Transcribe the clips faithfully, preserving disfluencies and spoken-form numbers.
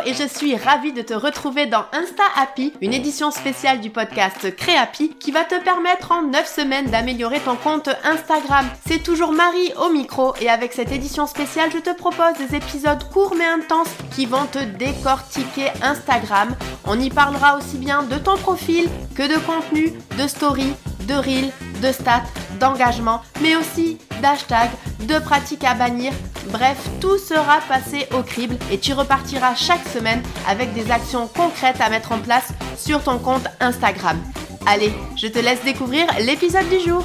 et je suis ravie de te retrouver dans Insta Happy, une édition spéciale du podcast Créapi qui va te permettre en neuf semaines d'améliorer ton compte Instagram. C'est toujours Marie au micro et avec cette édition spéciale, je te propose des épisodes courts mais intenses qui vont te décortiquer Instagram. On y parlera aussi bien de ton profil que de contenu, de story, de reel, de stats, d'engagement, mais aussi d'hashtags, de pratiques à bannir. Bref, tout sera passé au crible et tu repartiras chaque semaine avec des actions concrètes à mettre en place sur ton compte Instagram. Allez, je te laisse découvrir l'épisode du jour.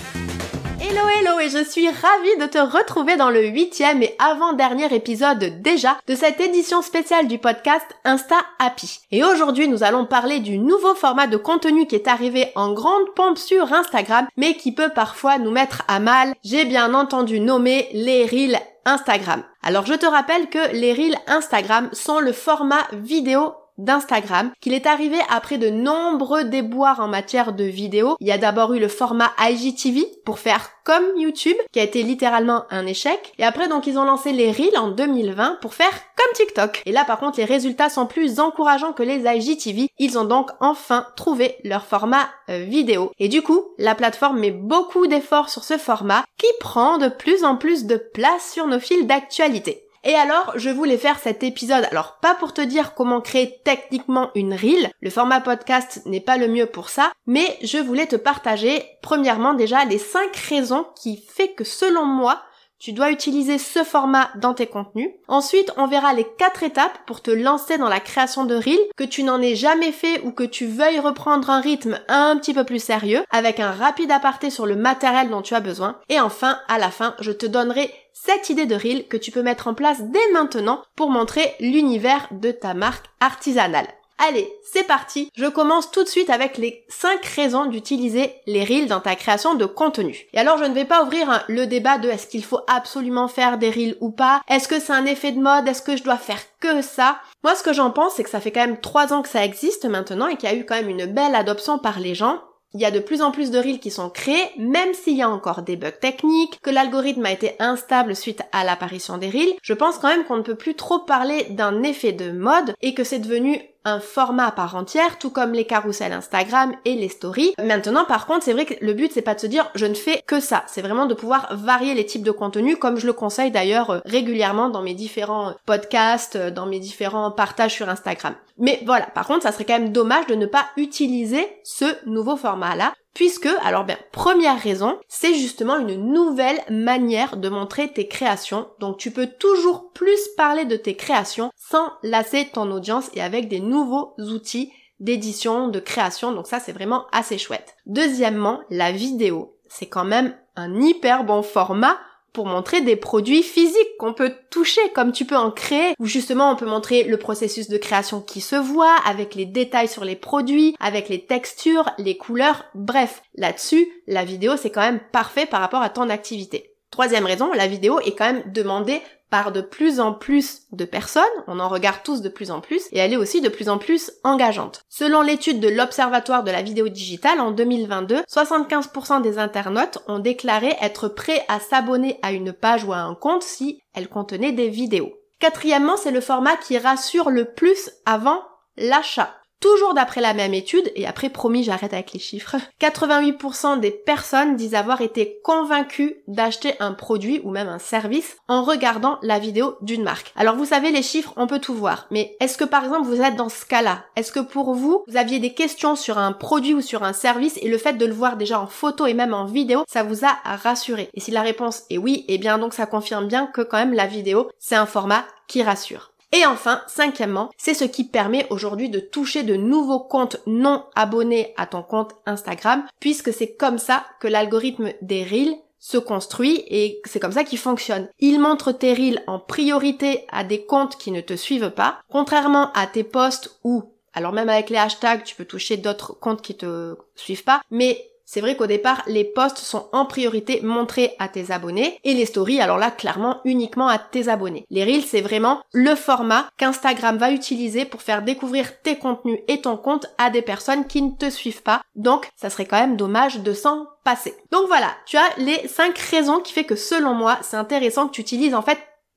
Hello hello et je suis ravie de te retrouver dans le huitième et avant-dernier épisode déjà de cette édition spéciale du podcast Insta Happy. Et aujourd'hui nous allons parler du nouveau format de contenu qui est arrivé en grande pompe sur Instagram mais qui peut parfois nous mettre à mal. J'ai bien entendu nommer les Reels Instagram. Alors je te rappelle que les Reels Instagram sont le format vidéo d'Instagram, qu'il est arrivé après de nombreux déboires en matière de vidéo. Il y a d'abord eu le format I G T V pour faire comme YouTube, qui a été littéralement un échec. Et après, donc, ils ont lancé les Reels en deux mille vingt pour faire comme TikTok. Et là, par contre, les résultats sont plus encourageants que les I G T V. Ils ont donc enfin trouvé leur format euh, vidéo. Et du coup, la plateforme met beaucoup d'efforts sur ce format qui prend de plus en plus de place sur nos fils d'actualité. Et alors, je voulais faire cet épisode, alors pas pour te dire comment créer techniquement une reel, le format podcast n'est pas le mieux pour ça, mais je voulais te partager, premièrement déjà, les cinq raisons qui fait que selon moi, tu dois utiliser ce format dans tes contenus. Ensuite, on verra les quatre étapes pour te lancer dans la création de Reels, que tu n'en aies jamais fait ou que tu veuilles reprendre un rythme un petit peu plus sérieux, avec un rapide aparté sur le matériel dont tu as besoin. Et enfin, à la fin, je te donnerai sept idées de Reels que tu peux mettre en place dès maintenant pour montrer l'univers de ta marque artisanale. Allez, c'est parti. Je commence tout de suite avec les cinq raisons d'utiliser les Reels dans ta création de contenu. Et alors, je ne vais pas ouvrir hein, le débat de est-ce qu'il faut absolument faire des Reels ou pas? Est-ce que c'est un effet de mode? Est-ce que je dois faire que ça? Moi, ce que j'en pense, c'est que ça fait quand même trois ans que ça existe maintenant et qu'il y a eu quand même une belle adoption par les gens. Il y a de plus en plus de Reels qui sont créés, même s'il y a encore des bugs techniques, que l'algorithme a été instable suite à l'apparition des Reels. Je pense quand même qu'on ne peut plus trop parler d'un effet de mode et que c'est devenu un format à part entière, tout comme les carousels Instagram et les stories. Maintenant, par contre, c'est vrai que le but, c'est pas de se dire « je ne fais que ça ». C'est vraiment de pouvoir varier les types de contenus, comme je le conseille d'ailleurs régulièrement dans mes différents podcasts, dans mes différents partages sur Instagram. Mais voilà, par contre, ça serait quand même dommage de ne pas utiliser ce nouveau format-là, puisque, alors bien, première raison, c'est justement une nouvelle manière de montrer tes créations. Donc tu peux toujours plus parler de tes créations sans lasser ton audience et avec des nouveaux outils d'édition, de création. Donc ça, c'est vraiment assez chouette. Deuxièmement, la vidéo. C'est quand même un hyper bon format pour montrer des produits physiques qu'on peut toucher, comme tu peux en créer, où justement on peut montrer le processus de création qui se voit, avec les détails sur les produits, avec les textures, les couleurs, bref. Là-dessus, la vidéo c'est quand même parfait par rapport à ton activité. Troisième raison, la vidéo est quand même demandée par de plus en plus de personnes, on en regarde tous de plus en plus, et elle est aussi de plus en plus engageante. Selon l'étude de l'Observatoire de la vidéo digitale en deux mille vingt-deux, soixante-quinze pour cent des internautes ont déclaré être prêts à s'abonner à une page ou à un compte si elle contenait des vidéos. Quatrièmement, c'est le format qui rassure le plus avant l'achat. Toujours d'après la même étude, et après promis j'arrête avec les chiffres, quatre-vingt-huit pour cent des personnes disent avoir été convaincues d'acheter un produit ou même un service en regardant la vidéo d'une marque. Alors vous savez, les chiffres, on peut tout voir, mais est-ce que par exemple vous êtes dans ce cas-là? Est-ce que pour vous, vous aviez des questions sur un produit ou sur un service et le fait de le voir déjà en photo et même en vidéo, ça vous a rassuré? Et si la réponse est oui, eh bien donc ça confirme bien que quand même la vidéo, c'est un format qui rassure. Et enfin, cinquièmement, c'est ce qui permet aujourd'hui de toucher de nouveaux comptes non abonnés à ton compte Instagram, puisque c'est comme ça que l'algorithme des Reels se construit et c'est comme ça qu'il fonctionne. Il montre tes Reels en priorité à des comptes qui ne te suivent pas, contrairement à tes posts où, alors même avec les hashtags, tu peux toucher d'autres comptes qui te suivent pas, mais c'est vrai qu'au départ, les posts sont en priorité montrés à tes abonnés et les stories, alors là, clairement, uniquement à tes abonnés. Les Reels, c'est vraiment le format qu'Instagram va utiliser pour faire découvrir tes contenus et ton compte à des personnes qui ne te suivent pas. Donc, ça serait quand même dommage de s'en passer. Donc voilà, tu as les cinq raisons qui fait que selon moi, c'est intéressant que tu utilises en fait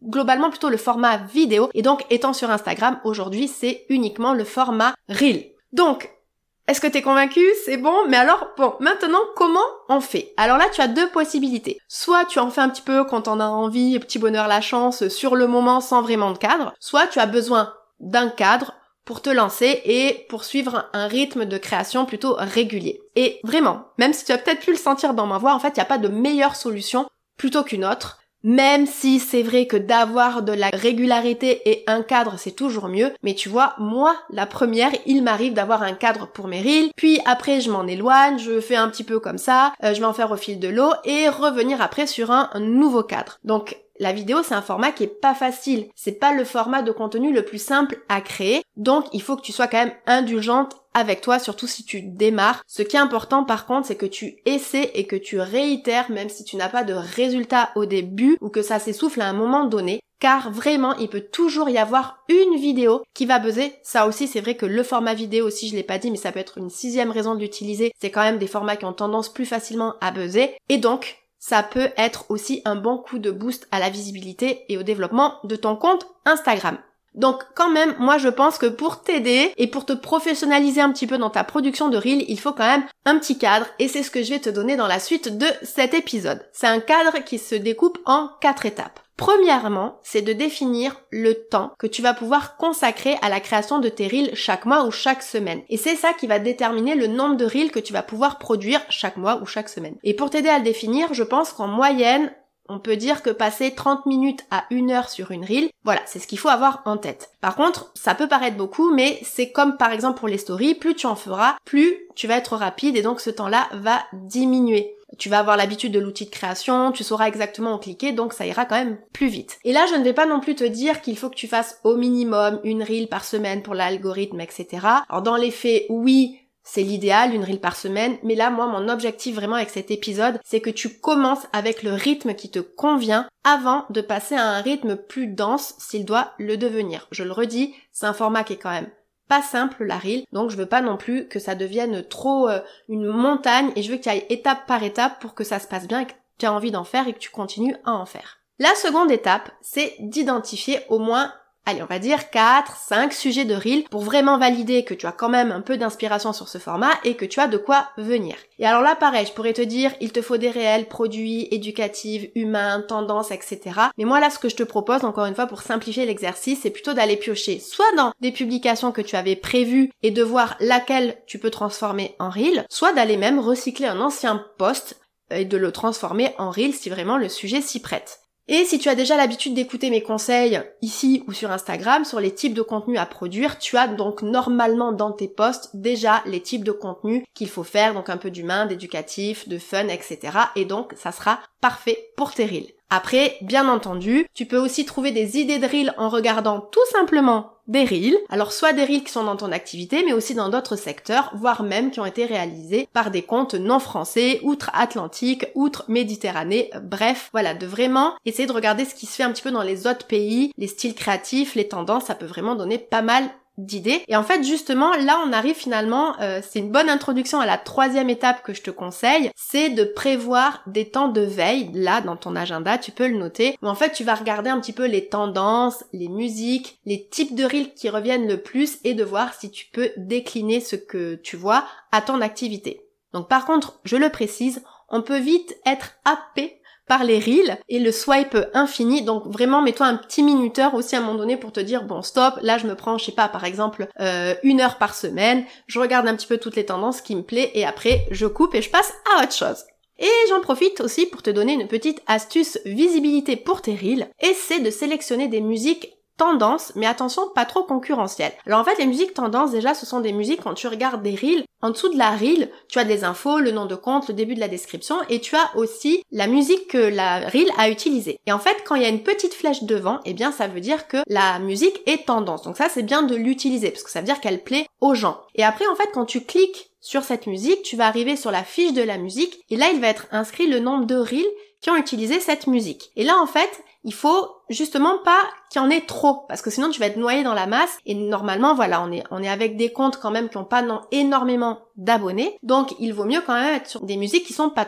globalement plutôt le format vidéo. Et donc, étant sur Instagram, aujourd'hui, c'est uniquement le format Reel. Donc, est-ce que t'es convaincu? C'est bon? Mais alors, bon, maintenant, comment on fait? Alors là, tu as deux possibilités. Soit tu en fais un petit peu quand t'en as envie, petit bonheur la chance, sur le moment, sans vraiment de cadre. Soit tu as besoin d'un cadre pour te lancer et poursuivre un rythme de création plutôt régulier. Et vraiment, même si tu as peut-être pu le sentir dans ma voix, en fait, il n'y a pas de meilleure solution plutôt qu'une autre. Même si c'est vrai que d'avoir de la régularité et un cadre, c'est toujours mieux. Mais tu vois, moi, la première, il m'arrive d'avoir un cadre pour mes reels. Puis après, je m'en éloigne, je fais un petit peu comme ça, euh, je vais en faire au fil de l'eau et revenir après sur un, un nouveau cadre. Donc, la vidéo, c'est un format qui est pas facile. C'est pas le format de contenu le plus simple à créer. Donc, il faut que tu sois quand même indulgente avec toi, surtout si tu démarres. Ce qui est important, par contre, c'est que tu essaies et que tu réitères, même si tu n'as pas de résultat au début ou que ça s'essouffle à un moment donné. Car vraiment, il peut toujours y avoir une vidéo qui va buzzer. Ça aussi, c'est vrai que le format vidéo aussi, je l'ai pas dit, mais ça peut être une sixième raison de l'utiliser. C'est quand même des formats qui ont tendance plus facilement à buzzer. Et donc, ça peut être aussi un bon coup de boost à la visibilité et au développement de ton compte Instagram. Donc quand même, moi je pense que pour t'aider et pour te professionnaliser un petit peu dans ta production de Reel, il faut quand même un petit cadre et c'est ce que je vais te donner dans la suite de cet épisode. C'est un cadre qui se découpe en quatre étapes. Premièrement, c'est de définir le temps que tu vas pouvoir consacrer à la création de tes reels chaque mois ou chaque semaine. Et c'est ça qui va déterminer le nombre de reels que tu vas pouvoir produire chaque mois ou chaque semaine. Et pour t'aider à le définir, je pense qu'en moyenne, on peut dire que passer trente minutes à une heure sur une reel, voilà, c'est ce qu'il faut avoir en tête. Par contre, ça peut paraître beaucoup, mais c'est comme par exemple pour les stories, plus tu en feras, plus tu vas être rapide et donc ce temps-là va diminuer. Tu vas avoir l'habitude de l'outil de création, tu sauras exactement où cliquer, donc ça ira quand même plus vite. Et là, je ne vais pas non plus te dire qu'il faut que tu fasses au minimum une reel par semaine pour l'algorithme, et cetera. Alors dans les faits, oui, c'est l'idéal, une reel par semaine, mais là, moi, mon objectif vraiment avec cet épisode, c'est que tu commences avec le rythme qui te convient avant de passer à un rythme plus dense s'il doit le devenir. Je le redis, c'est un format qui est quand même pas simple, la reel, donc je veux pas non plus que ça devienne trop euh, une montagne et je veux que tu ailles étape par étape pour que ça se passe bien et que tu as envie d'en faire et que tu continues à en faire. La seconde étape, c'est d'identifier au moins allez, on va dire quatre, cinq sujets de reel pour vraiment valider que tu as quand même un peu d'inspiration sur ce format et que tu as de quoi venir. Et alors là, pareil, je pourrais te dire, il te faut des réels, produits, éducatifs, humains, tendances, et cetera. Mais moi là, ce que je te propose, encore une fois, pour simplifier l'exercice, c'est plutôt d'aller piocher soit dans des publications que tu avais prévues et de voir laquelle tu peux transformer en reel, soit d'aller même recycler un ancien post et de le transformer en reel si vraiment le sujet s'y prête. Et si tu as déjà l'habitude d'écouter mes conseils ici ou sur Instagram sur les types de contenus à produire, tu as donc normalement dans tes posts déjà les types de contenus qu'il faut faire, donc un peu d'humain, d'éducatif, de fun, et cetera. Et donc ça sera parfait pour tes reels. Après, bien entendu, tu peux aussi trouver des idées de reels en regardant tout simplement des reels. Alors soit des reels qui sont dans ton activité, mais aussi dans d'autres secteurs, voire même qui ont été réalisés par des comptes non français, outre-Atlantique, outre-Méditerranée, bref, voilà, de vraiment essayer de regarder ce qui se fait un petit peu dans les autres pays, les styles créatifs, les tendances, ça peut vraiment donner pas mal d'idées. Et en fait, justement, là, on arrive finalement, euh, c'est une bonne introduction à la troisième étape que je te conseille, c'est de prévoir des temps de veille. Là, dans ton agenda, tu peux le noter, où en fait, tu vas regarder un petit peu les tendances, les musiques, les types de reels qui reviennent le plus et de voir si tu peux décliner ce que tu vois à ton activité. Donc par contre, je le précise, on peut vite être happé par les reels et le swipe infini, donc vraiment mets-toi un petit minuteur aussi à un moment donné pour te dire bon stop, là je me prends je sais pas par exemple euh, une heure par semaine, je regarde un petit peu toutes les tendances qui me plaît et après je coupe et je passe à autre chose. Et j'en profite aussi pour te donner une petite astuce visibilité pour tes reels et c'est de sélectionner des musiques tendances, mais attention, pas trop concurrentielles. Alors en fait, les musiques tendances, déjà, ce sont des musiques quand tu regardes des reels. En dessous de la reel, tu as des infos, le nom de compte, le début de la description, et tu as aussi la musique que la reel a utilisée. Et en fait, quand il y a une petite flèche devant, eh bien, ça veut dire que la musique est tendance. Donc ça, c'est bien de l'utiliser, parce que ça veut dire qu'elle plaît aux gens. Et après, en fait, quand tu cliques sur cette musique, tu vas arriver sur la fiche de la musique, et là, il va être inscrit le nombre de reels qui ont utilisé cette musique. Et là, en fait, il faut justement pas qu'il y en ait trop, parce que sinon tu vas être noyé dans la masse, et normalement, voilà, on est, on est avec des comptes quand même qui ont pas non, énormément d'abonnés, donc il vaut mieux quand même être sur des musiques qui sont pas trop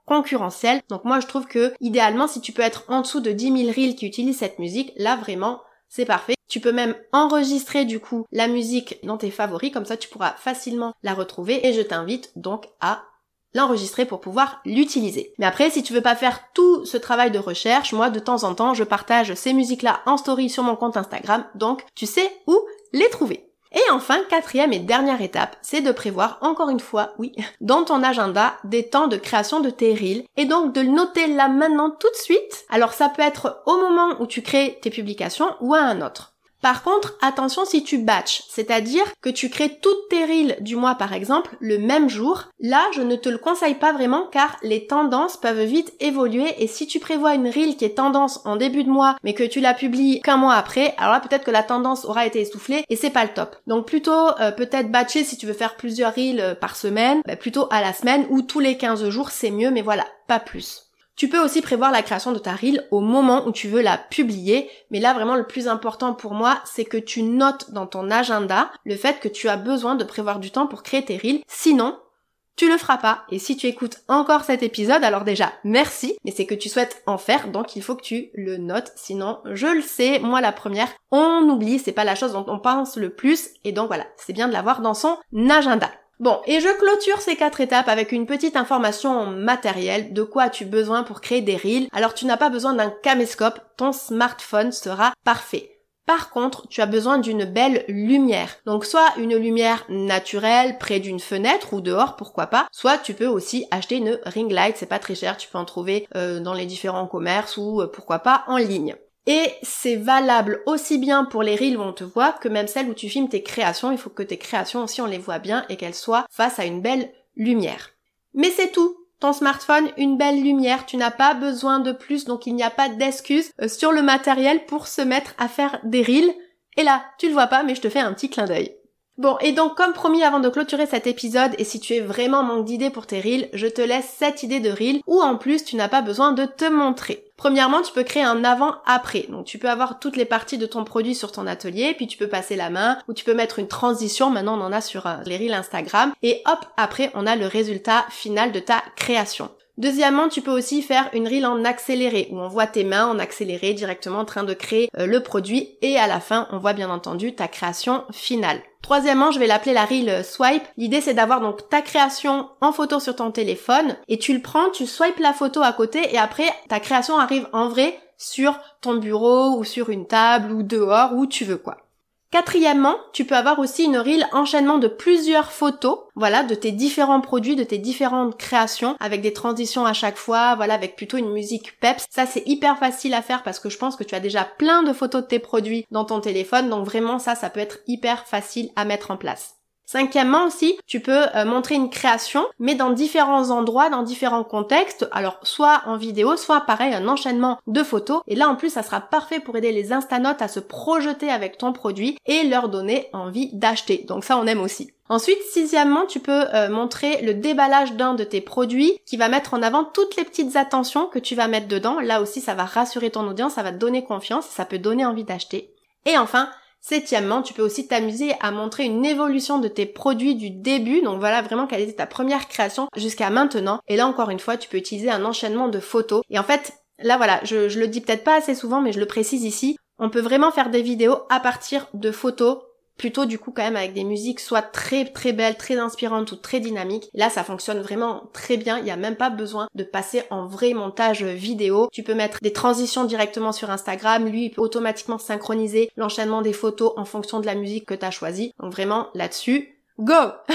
concurrentielle. Donc moi je trouve que idéalement si tu peux être en dessous de dix mille reels qui utilisent cette musique, là vraiment c'est parfait. Tu peux même enregistrer du coup la musique dans tes favoris, comme ça tu pourras facilement la retrouver et je t'invite donc à l'enregistrer pour pouvoir l'utiliser. Mais après, si tu veux pas faire tout ce travail de recherche, moi de temps en temps, je partage ces musiques-là en story sur mon compte Instagram, donc tu sais où les trouver. Et enfin, quatrième et dernière étape, c'est de prévoir, encore une fois, oui, dans ton agenda, des temps de création de tes reels, et donc de le noter là maintenant tout de suite. Alors ça peut être au moment où tu crées tes publications ou à un autre. Par contre, attention si tu batches, c'est-à-dire que tu crées toutes tes reels du mois par exemple le même jour, là je ne te le conseille pas vraiment car les tendances peuvent vite évoluer et si tu prévois une reel qui est tendance en début de mois mais que tu la publies qu'un mois après, alors là peut-être que la tendance aura été essoufflée et c'est pas le top. Donc plutôt euh, peut-être batcher si tu veux faire plusieurs reels euh, par semaine, bah, plutôt à la semaine ou tous les quinze jours c'est mieux mais voilà, pas plus. Tu peux aussi prévoir la création de ta reel au moment où tu veux la publier, mais là vraiment le plus important pour moi, c'est que tu notes dans ton agenda le fait que tu as besoin de prévoir du temps pour créer tes reels, sinon tu le feras pas. Et si tu écoutes encore cet épisode, alors déjà merci, mais c'est que tu souhaites en faire, donc il faut que tu le notes, sinon je le sais, moi la première, on oublie, c'est pas la chose dont on pense le plus, et donc voilà, c'est bien de l'avoir dans son agenda. Bon, et je clôture ces quatre étapes avec une petite information matérielle, de quoi as-tu besoin pour créer des reels. Alors tu n'as pas besoin d'un caméscope, ton smartphone sera parfait. Par contre, tu as besoin d'une belle lumière. Donc soit une lumière naturelle près d'une fenêtre ou dehors, pourquoi pas. Soit tu peux aussi acheter une ring light, c'est pas très cher, tu peux en trouver euh, dans les différents commerces ou euh, pourquoi pas en ligne. Et c'est valable aussi bien pour les reels où on te voit que même celles où tu filmes tes créations. Il faut que tes créations aussi on les voit bien et qu'elles soient face à une belle lumière. Mais c'est tout. Ton smartphone, une belle lumière, tu n'as pas besoin de plus, donc il n'y a pas d'excuse sur le matériel pour se mettre à faire des reels. Et là, tu le vois pas, mais je te fais un petit clin d'œil. Bon, et donc comme promis avant de clôturer cet épisode, et si tu es vraiment en manque d'idées pour tes reels, je te laisse cette idée de reel où en plus tu n'as pas besoin de te montrer. Premièrement, tu peux créer un avant-après. Donc tu peux avoir toutes les parties de ton produit sur ton atelier, puis tu peux passer la main, ou tu peux mettre une transition, maintenant on en a sur euh, les reels Instagram, et hop, après on a le résultat final de ta création. Deuxièmement, tu peux aussi faire une reel en accéléré, où on voit tes mains en accéléré directement en train de créer euh, le produit, et à la fin, on voit bien entendu ta création finale. Troisièmement, je vais l'appeler la reel swipe. L'idée c'est d'avoir donc ta création en photo sur ton téléphone, et tu le prends, tu swipes la photo à côté, et après ta création arrive en vrai sur ton bureau, ou sur une table, ou dehors, où tu veux quoi. Quatrièmement, tu peux avoir aussi une reel enchaînement de plusieurs photos, voilà, de tes différents produits, de tes différentes créations, avec des transitions à chaque fois, voilà, avec plutôt une musique peps. Ça, c'est hyper facile à faire parce que je pense que tu as déjà plein de photos de tes produits dans ton téléphone, donc vraiment ça, ça peut être hyper facile à mettre en place. Cinquièmement aussi, tu peux euh, montrer une création, mais dans différents endroits, dans différents contextes, alors soit en vidéo, soit pareil, un enchaînement de photos, et là en plus ça sera parfait pour aider les instanautes à se projeter avec ton produit et leur donner envie d'acheter, donc ça on aime aussi. Ensuite, sixièmement, tu peux euh, montrer le déballage d'un de tes produits qui va mettre en avant toutes les petites attentions que tu vas mettre dedans, là aussi ça va rassurer ton audience, ça va te donner confiance, ça peut donner envie d'acheter. Et enfin, septièmement, tu peux aussi t'amuser à montrer une évolution de tes produits du début, donc voilà vraiment quelle était ta première création jusqu'à maintenant. Et là encore une fois, tu peux utiliser un enchaînement de photos. Et en fait, là voilà, je, je le dis peut-être pas assez souvent, mais je le précise ici, on peut vraiment faire des vidéos à partir de photos, plutôt du coup quand même avec des musiques soit très très belles, très inspirantes ou très dynamiques. Là ça fonctionne vraiment très bien, il n'y a même pas besoin de passer en vrai montage vidéo. Tu peux mettre des transitions directement sur Instagram, lui il peut automatiquement synchroniser l'enchaînement des photos en fonction de la musique que tu as choisie. Donc vraiment là-dessus, go.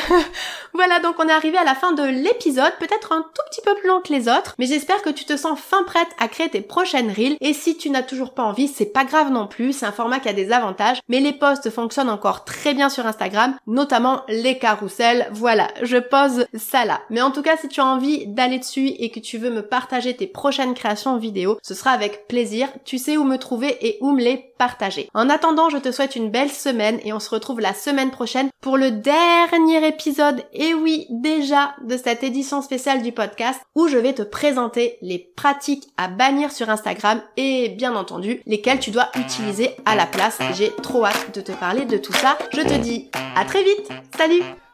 Voilà, donc on est arrivé à la fin de l'épisode, peut-être un tout petit peu plus long que les autres, mais j'espère que tu te sens fin prête à créer tes prochaines reels, et si tu n'as toujours pas envie, c'est pas grave non plus, c'est un format qui a des avantages, mais les posts fonctionnent encore très bien sur Instagram, notamment les carousels, voilà, je pose ça là. Mais en tout cas, si tu as envie d'aller dessus et que tu veux me partager tes prochaines créations vidéo, ce sera avec plaisir, tu sais où me trouver et où me les partager. En attendant, je te souhaite une belle semaine, et on se retrouve la semaine prochaine pour le dernier épisode, et oui, déjà, de cette édition spéciale du podcast où je vais te présenter les pratiques à bannir sur Instagram et bien entendu, lesquelles tu dois utiliser à la place. J'ai trop hâte de te parler de tout ça. Je te dis à très vite. Salut!